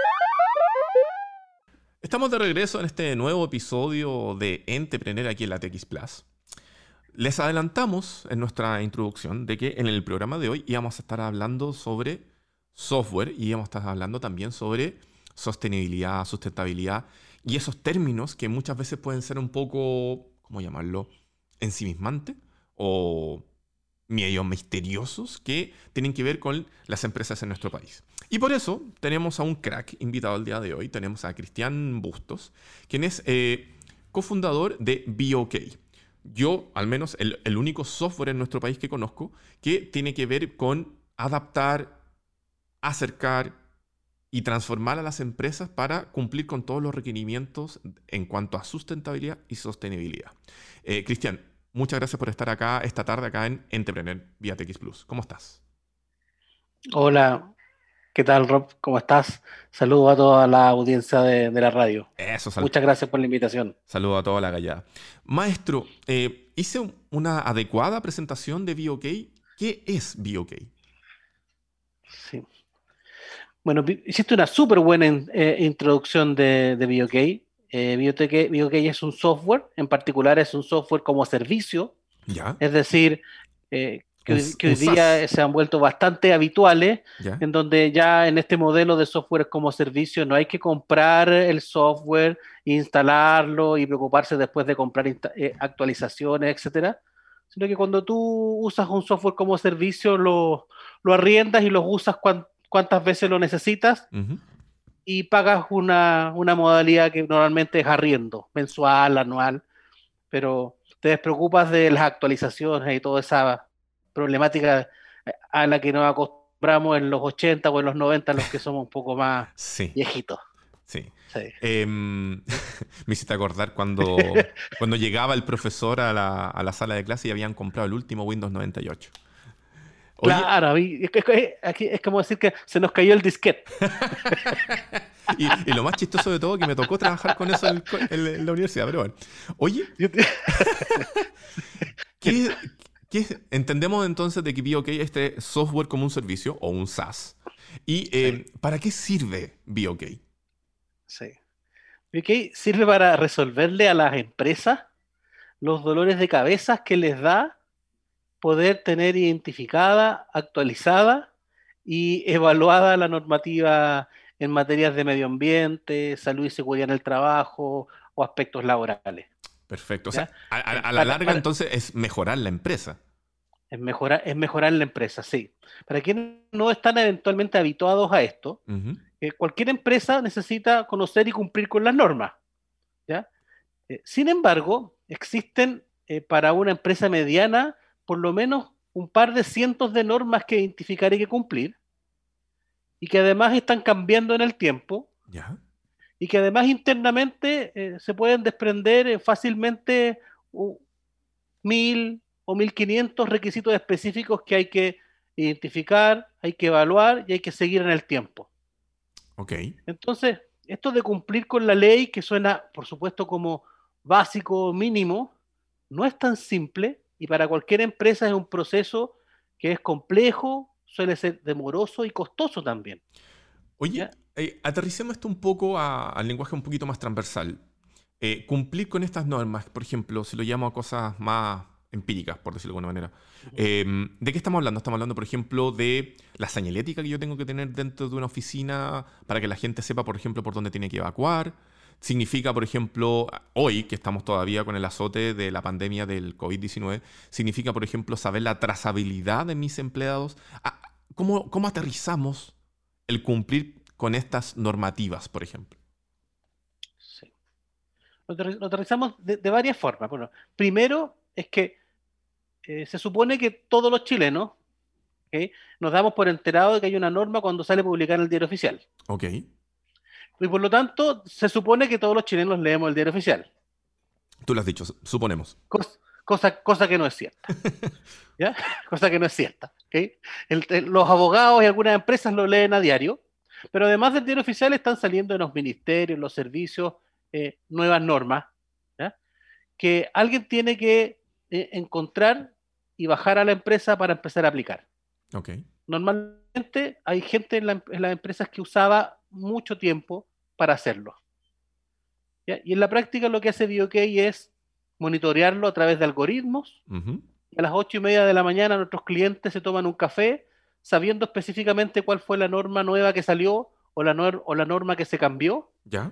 Estamos de regreso en este nuevo episodio de Entrepreneur aquí en la TX Plus. Les adelantamos en nuestra introducción de que en el programa de hoy íbamos a estar hablando sobre software y íbamos a estar hablando también sobre sostenibilidad, sustentabilidad y esos términos que muchas veces pueden ser un poco, ¿cómo llamarlo?, ensimismantes o medio misteriosos que tienen que ver con las empresas en nuestro país. Y por eso tenemos a un crack invitado el día de hoy. Tenemos a Cristian Bustos, quien es cofundador de BOK. Yo, al menos, el único software en nuestro país que conozco que tiene que ver con adaptar, acercar y transformar a las empresas para cumplir con todos los requerimientos en cuanto a sustentabilidad y sostenibilidad. Cristian, muchas gracias por estar acá esta tarde acá en Entrepreneur vía TX Plus. ¿Cómo estás? Hola, ¿qué tal, Rob? ¿Cómo estás? Saludos a toda la audiencia de la radio. Muchas gracias por la invitación. Saludos a toda la gallada. Maestro, hice una adecuada presentación de BOK. ¿Qué es BOK? Sí. Bueno, hiciste una súper buena introducción de BOK. BOK es un software, en particular es un software como servicio. ¿Ya? Es decir, que hoy día se han vuelto bastante habituales, ¿Ya? en donde ya en este modelo de software como servicio no hay que comprar el software, instalarlo y preocuparse después de comprar actualizaciones, etcétera, sino que cuando tú usas un software como servicio lo arriendas y lo usas cuantas veces lo necesitas y pagas una modalidad que normalmente es arriendo, mensual, anual, pero te despreocupas de las actualizaciones y toda esa problemática a la que nos acostumbramos en los 80 o en los 90, los que somos un poco más viejitos. Sí. Me hiciste acordar cuando llegaba el profesor a la sala de clase y habían comprado el último Windows 98. Oye, claro, es como decir que se nos cayó el disquete. y lo más chistoso de todo que me tocó trabajar con eso en la universidad, pero bueno. Oye, entendemos entonces de que BOK es este software como un servicio o un SaaS. ¿Y para qué sirve BOK? Sí. BOK sirve para resolverle a las empresas los dolores de cabeza que les da poder tener identificada, actualizada y evaluada la normativa en materias de medio ambiente, salud y seguridad en el trabajo o aspectos laborales. Perfecto. O sea, a la larga entonces es mejorar la empresa. Es mejorar la empresa, sí. Para quienes no están eventualmente habituados a esto, cualquier empresa necesita conocer y cumplir con las normas, ¿ya? Sin embargo, existen para una empresa mediana por lo menos un par de cientos de normas que identificar y que cumplir, y que además están cambiando en el tiempo, ¿ya? Y que además internamente se pueden desprender fácilmente 1.000 o 1.500 requisitos específicos que hay que identificar, hay que evaluar y hay que seguir en el tiempo. Okay. Entonces, esto de cumplir con la ley, que suena, por supuesto, como básico, mínimo, no es tan simple y para cualquier empresa es un proceso que es complejo, suele ser demoroso y costoso también. Oye, ¿Ya? aterricemos esto un poco al lenguaje un poquito más transversal. Cumplir con estas normas, por ejemplo, si lo llamo a cosas más empíricas, por decirlo de alguna manera. ¿De qué estamos hablando? Estamos hablando, por ejemplo, de la señalética que yo tengo que tener dentro de una oficina para que la gente sepa, por ejemplo, por dónde tiene que evacuar. Significa, por ejemplo, hoy que estamos todavía con el azote de la pandemia del COVID-19, significa, por ejemplo, saber la trazabilidad de mis empleados. ¿Cómo aterrizamos el cumplir con estas normativas, por ejemplo? Sí. Lo aterrizamos de varias formas. Bueno, primero es que se supone que todos los chilenos, ¿ok?, nos damos por enterados de que hay una norma cuando sale publicada en el diario oficial. Ok, Y por lo tanto, se supone que todos los chilenos leemos el diario oficial. tú lo has dicho, suponemos. Cosa que no es cierta. ¿Ya? Cosa que no es cierta. ¿Ok? Los abogados y algunas empresas lo leen a diario, pero además del diario oficial están saliendo en los ministerios, en los servicios, nuevas normas, ¿ya?, que alguien tiene que encontrar y bajar a la empresa para empezar a aplicar. Ok, Normalmente hay gente en las empresas que usaba mucho tiempo para hacerlo, ¿ya? Y en la práctica lo que hace BOK es monitorearlo a través de algoritmos. ujú, A las 8:30 de la mañana nuestros clientes se toman un café sabiendo específicamente cuál fue la norma nueva que salió o la norma que se cambió ¿ya?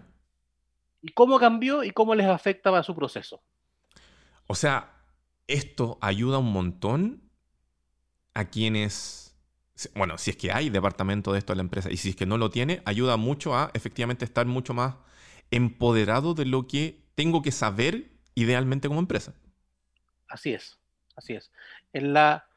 y cómo cambió y cómo les afecta a su proceso. O sea, esto ayuda un montón a quienes, bueno, si es que hay departamento de esto en la empresa y si es que no lo tiene, ayuda mucho a efectivamente estar mucho más empoderado de lo que tengo que saber idealmente como empresa. Así es, así es. En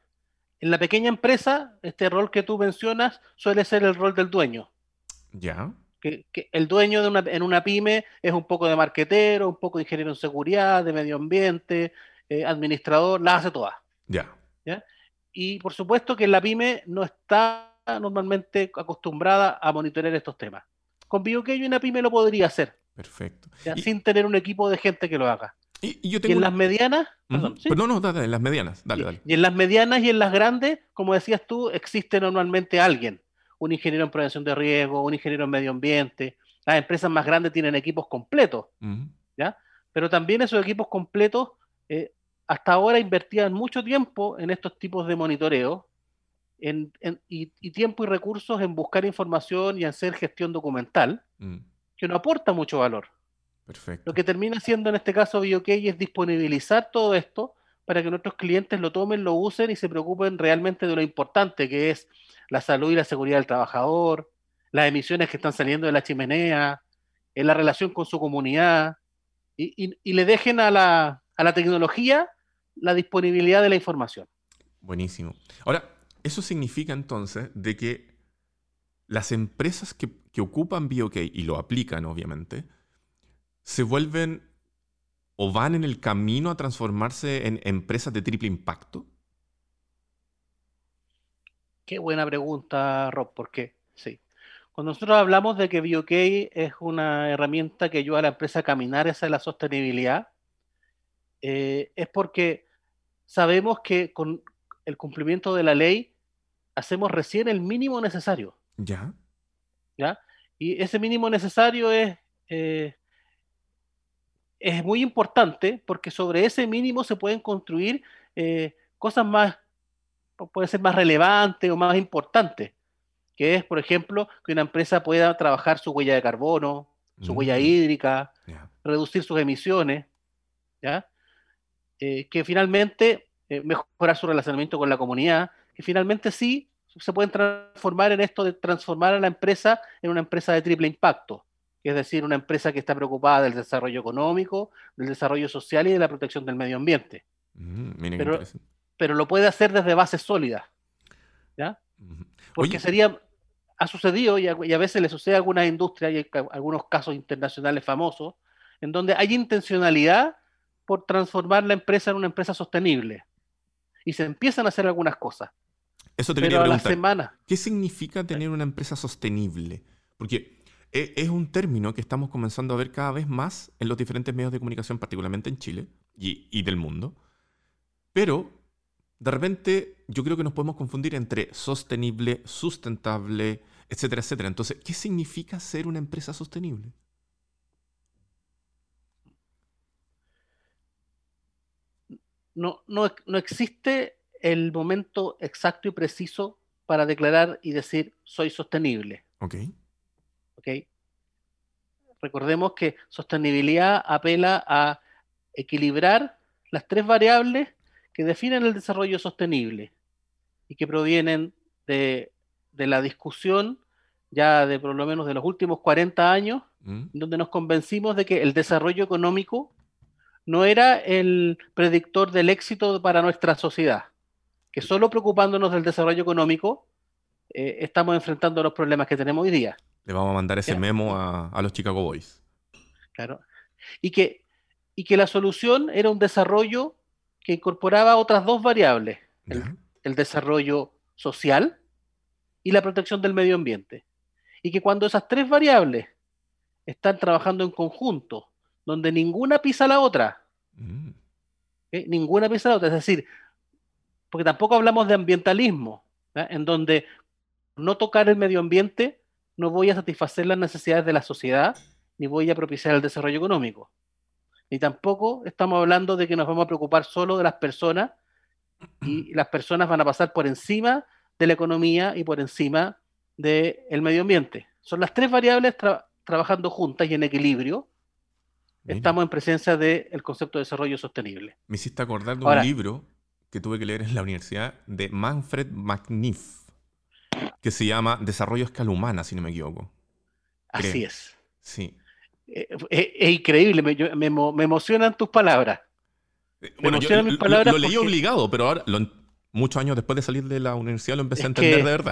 la pequeña empresa, este rol que tú mencionas suele ser el rol del dueño. ¿Ya? Que el dueño en una pyme es un poco de marquetero, un poco de ingeniero en seguridad, de medio ambiente, administrador, las hace todas, Ya. ¿ya? Y por supuesto que la pyme no está normalmente acostumbrada a monitorear estos temas. Con BioK una pyme lo podría hacer, Perfecto. ¿ya?, Y, sin tener un equipo de gente que lo haga. y yo Y tengo en una... las medianas, Ujú. perdón, ¿sí? Pero no, dale, en las medianas. Dale, dale. Y en las medianas y en las grandes, como decías tú, existe normalmente alguien, un ingeniero en prevención de riesgo, un ingeniero en medio ambiente. Las empresas más grandes tienen equipos completos, Ujú. ¿ya? Pero también esos equipos completos, hasta ahora invertían mucho tiempo en estos tipos de monitoreo y tiempo y recursos en buscar información y hacer gestión documental, Mm, que no aporta mucho valor. Lo perfecto. que termina haciendo en este caso BioK es disponibilizar todo esto para que nuestros clientes lo tomen, lo usen y se preocupen realmente de lo importante que es la salud y la seguridad del trabajador, las emisiones que están saliendo de la chimenea, en la relación con su comunidad, y le dejen a la tecnología la disponibilidad de la información. Buenísimo. Ahora, eso significa entonces de que las empresas que ocupan BOK y lo aplican, obviamente, se vuelven o van en el camino a transformarse en empresas de triple impacto. Qué buena pregunta, Rob, porque sí. Cuando nosotros hablamos de que BioK es una herramienta que ayuda a la empresa a caminar hacia la sostenibilidad, es porque sabemos que con el cumplimiento de la ley hacemos recién el mínimo necesario, ¿Ya? ¿ya? Y ese mínimo necesario es muy importante porque sobre ese mínimo se pueden construir cosas más, puede ser más relevantes o más importantes, que es, por ejemplo, que una empresa pueda trabajar su huella de carbono, su huella Mm, hídrica, ya. reducir sus emisiones, ¿ya? Que finalmente mejorar su relacionamiento con la comunidad, que finalmente sí se pueden transformar en esto de transformar a la empresa en una empresa de triple impacto, es decir, una empresa que está preocupada del desarrollo económico, del desarrollo social y de la protección del medio ambiente, Miren qué pero, interesante. pero lo puede hacer desde bases sólidas, ¿ya? Ujú. Porque Oye, sería, ha sucedido y a veces le sucede a algunas industrias y hay algunos casos internacionales famosos en donde hay intencionalidad por transformar la empresa en una empresa sostenible y se empiezan a hacer algunas cosas, eso te quería pero a la preguntar. semana, ¿Qué significa tener una empresa sostenible? Porque es un término que estamos comenzando a ver cada vez más en los diferentes medios de comunicación, particularmente en Chile y del mundo. Pero de repente yo creo que nos podemos confundir entre sostenible, sustentable, etcétera, etcétera. Entonces, ¿qué significa ser una empresa sostenible? No existe el momento exacto y preciso para declarar y decir soy sostenible. Ok. ¿Ok? Recordemos que sostenibilidad apela a equilibrar las tres variables que definen el desarrollo sostenible y que provienen de la discusión ya de por lo menos de los últimos 40 años, donde nos convencimos de que el desarrollo económico no era el predictor del éxito para nuestra sociedad, que solo preocupándonos del desarrollo económico estamos enfrentando los problemas que tenemos hoy día. Le vamos a mandar ese ¿Ya? memo a los Chicago Boys. Claro. Y que la solución era un desarrollo que incorporaba otras dos variables, el desarrollo social y la protección del medio ambiente. Y que cuando esas tres variables están trabajando en conjunto, donde ninguna pisa la otra, ninguna pisa la otra, es decir, porque tampoco hablamos de ambientalismo, en donde no tocar el medio ambiente no voy a satisfacer las necesidades de la sociedad, ni voy a propiciar el desarrollo económico. Ni tampoco estamos hablando de que nos vamos a preocupar solo de las personas y las personas van a pasar por encima de la economía y por encima del medio ambiente. Son las tres variables trabajando juntas y en equilibrio. Mira. Estamos en presencia del concepto de desarrollo sostenible. Me hiciste acordar de un libro que tuve que leer en la universidad de Manfred McNiff, que se llama Desarrollo a escala humana, si no me equivoco. Así es. Sí. Es increíble, me emocionan tus palabras. Bueno, yo lo leí obligado, pero ahora, muchos años después de salir de la universidad, lo empecé a entender de verdad.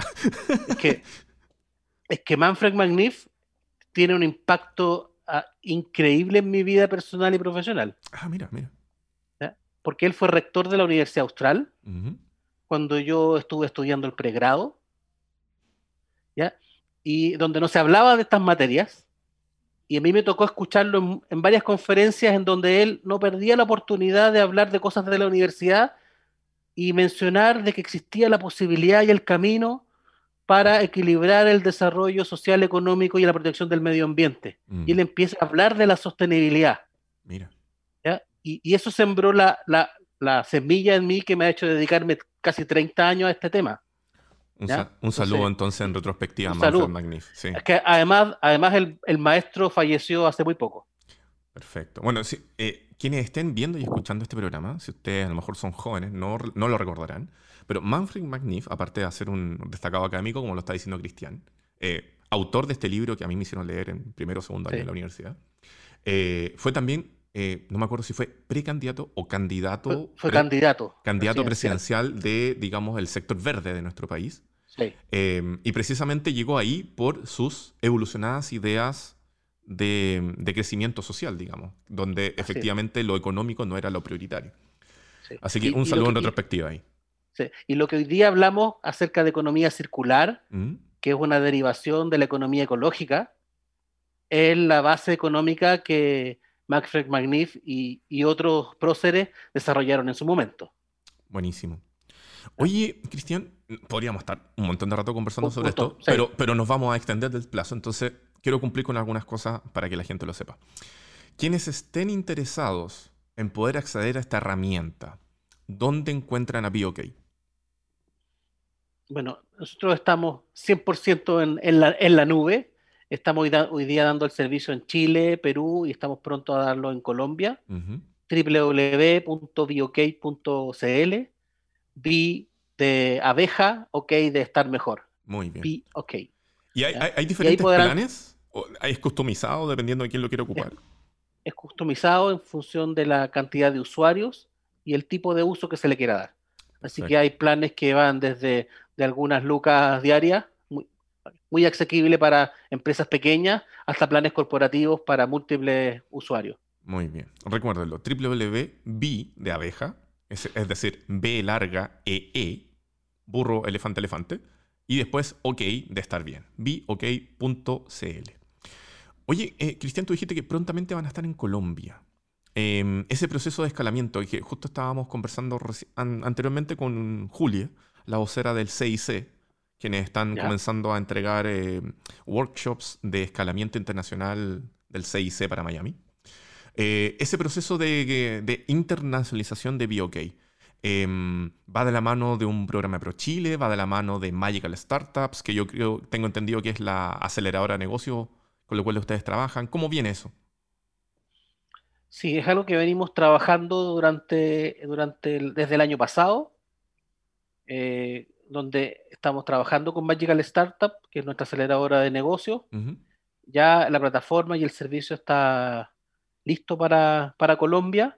Es que Manfred McNiff tiene un impacto increíble en mi vida personal y profesional. Ah, mira. ¿Ya? Porque él fue rector de la Universidad Austral cuando yo estuve estudiando el pregrado, ¿ya? Y donde no se hablaba de estas materias. Y a mí me tocó escucharlo en varias conferencias en donde él no perdía la oportunidad de hablar de cosas de la universidad y mencionar de que existía la posibilidad y el camino para equilibrar el desarrollo social, económico y la protección del medio ambiente. Y él empieza a hablar de la sostenibilidad. Mira. ¿Ya? Y eso sembró la semilla en mí que me ha hecho dedicarme casi 30 años a este tema. Un saludo entonces en retrospectiva a Manfred McNiff. Sí. Es que además el maestro falleció hace muy poco. Perfecto. Bueno, quienes estén viendo y escuchando este programa, si ustedes a lo mejor son jóvenes, no lo recordarán, pero Manfred McNiff, aparte de ser un destacado académico, como lo está diciendo Cristian, autor de este libro que a mí me hicieron leer en primero o segundo año de la universidad, fue también, no me acuerdo si fue precandidato o candidato. Fue candidato. Candidato presidencial de, digamos, el sector verde de nuestro país. Sí. Y precisamente llegó ahí por sus evolucionadas ideas de crecimiento social, digamos, donde efectivamente lo económico no era lo prioritario. Sí. Así que un saludo en retrospectiva ahí. Sí. Y lo que hoy día hablamos acerca de economía circular, que es una derivación de la economía ecológica, es la base económica que Manfred McNiff y otros próceres desarrollaron en su momento. Buenísimo. Oye, Cristian, podríamos estar un montón de rato conversando sobre esto, sí. pero nos vamos a extender del plazo, entonces quiero cumplir con algunas cosas para que la gente lo sepa. Quienes estén interesados en poder acceder a esta herramienta, ¿dónde encuentran a BeOK? Bueno, nosotros estamos 100% en la nube. Estamos hoy día dando el servicio en Chile, Perú y estamos pronto a darlo en Colombia. www.beok.cl. B de abeja, OK de estar mejor. Muy bien. BeOK. ¿Y hay diferentes planes? ¿O es customizado dependiendo de quién lo quiera ocupar? Es customizado en función de la cantidad de usuarios y el tipo de uso que se le quiera dar. Así que hay planes que van desde de algunas lucas diarias, muy asequible para empresas pequeñas, hasta planes corporativos para múltiples usuarios. Muy bien. Recuérdenlo, www.b de abeja, es decir, B larga EE, burro, elefante, elefante, y después OK de estar bien, beok.cl. Oye, Cristian, tú dijiste que prontamente van a estar en Colombia. ese proceso de escalamiento, y que justo estábamos conversando anteriormente con Julia, la vocera del CIC, quienes están comenzando a entregar workshops de escalamiento internacional del CIC para Miami. Ese proceso de internacionalización de BOK va de la mano de un programa ProChile, va de la mano de Magical Startups, que yo tengo entendido que es la aceleradora de negocios con la cual ustedes trabajan. ¿Cómo viene eso? Sí, es algo que venimos trabajando desde el año pasado, donde estamos trabajando con Magical Startup, que es nuestra aceleradora de negocios. Uh-huh. Ya la plataforma y el servicio está listo para Colombia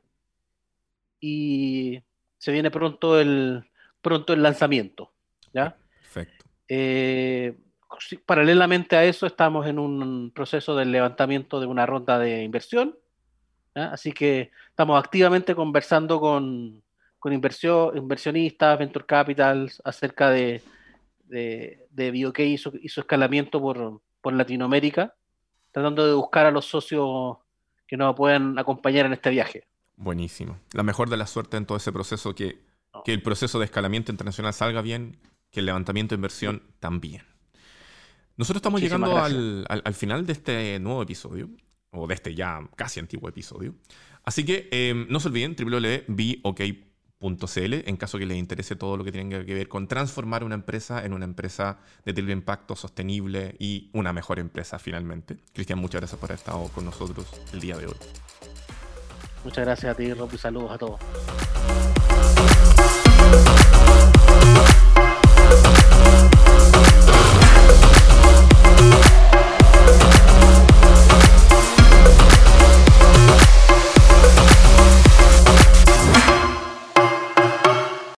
y se viene pronto el lanzamiento, ¿ya? Perfecto. Paralelamente a eso estamos en un proceso de levantamiento de una ronda de inversión, ¿ya? Así que estamos activamente conversando con inversionistas, venture capitals, acerca de BOK y su escalamiento por Latinoamérica, tratando de buscar a los socios que nos puedan acompañar en este viaje. Buenísimo. La mejor de la suerte en todo ese proceso, que el proceso de escalamiento internacional salga bien, que el levantamiento de inversión también. Nosotros estamos llegando al final de este nuevo episodio, o de este ya casi antiguo episodio. Así que no se olviden, www.bok.cl, en caso que les interese todo lo que tenga que ver con transformar una empresa en una empresa de triple impacto, sostenible y una mejor empresa finalmente. Cristian, muchas gracias por haber estado con nosotros el día de hoy. Muchas gracias a ti, Rob, y saludos a todos.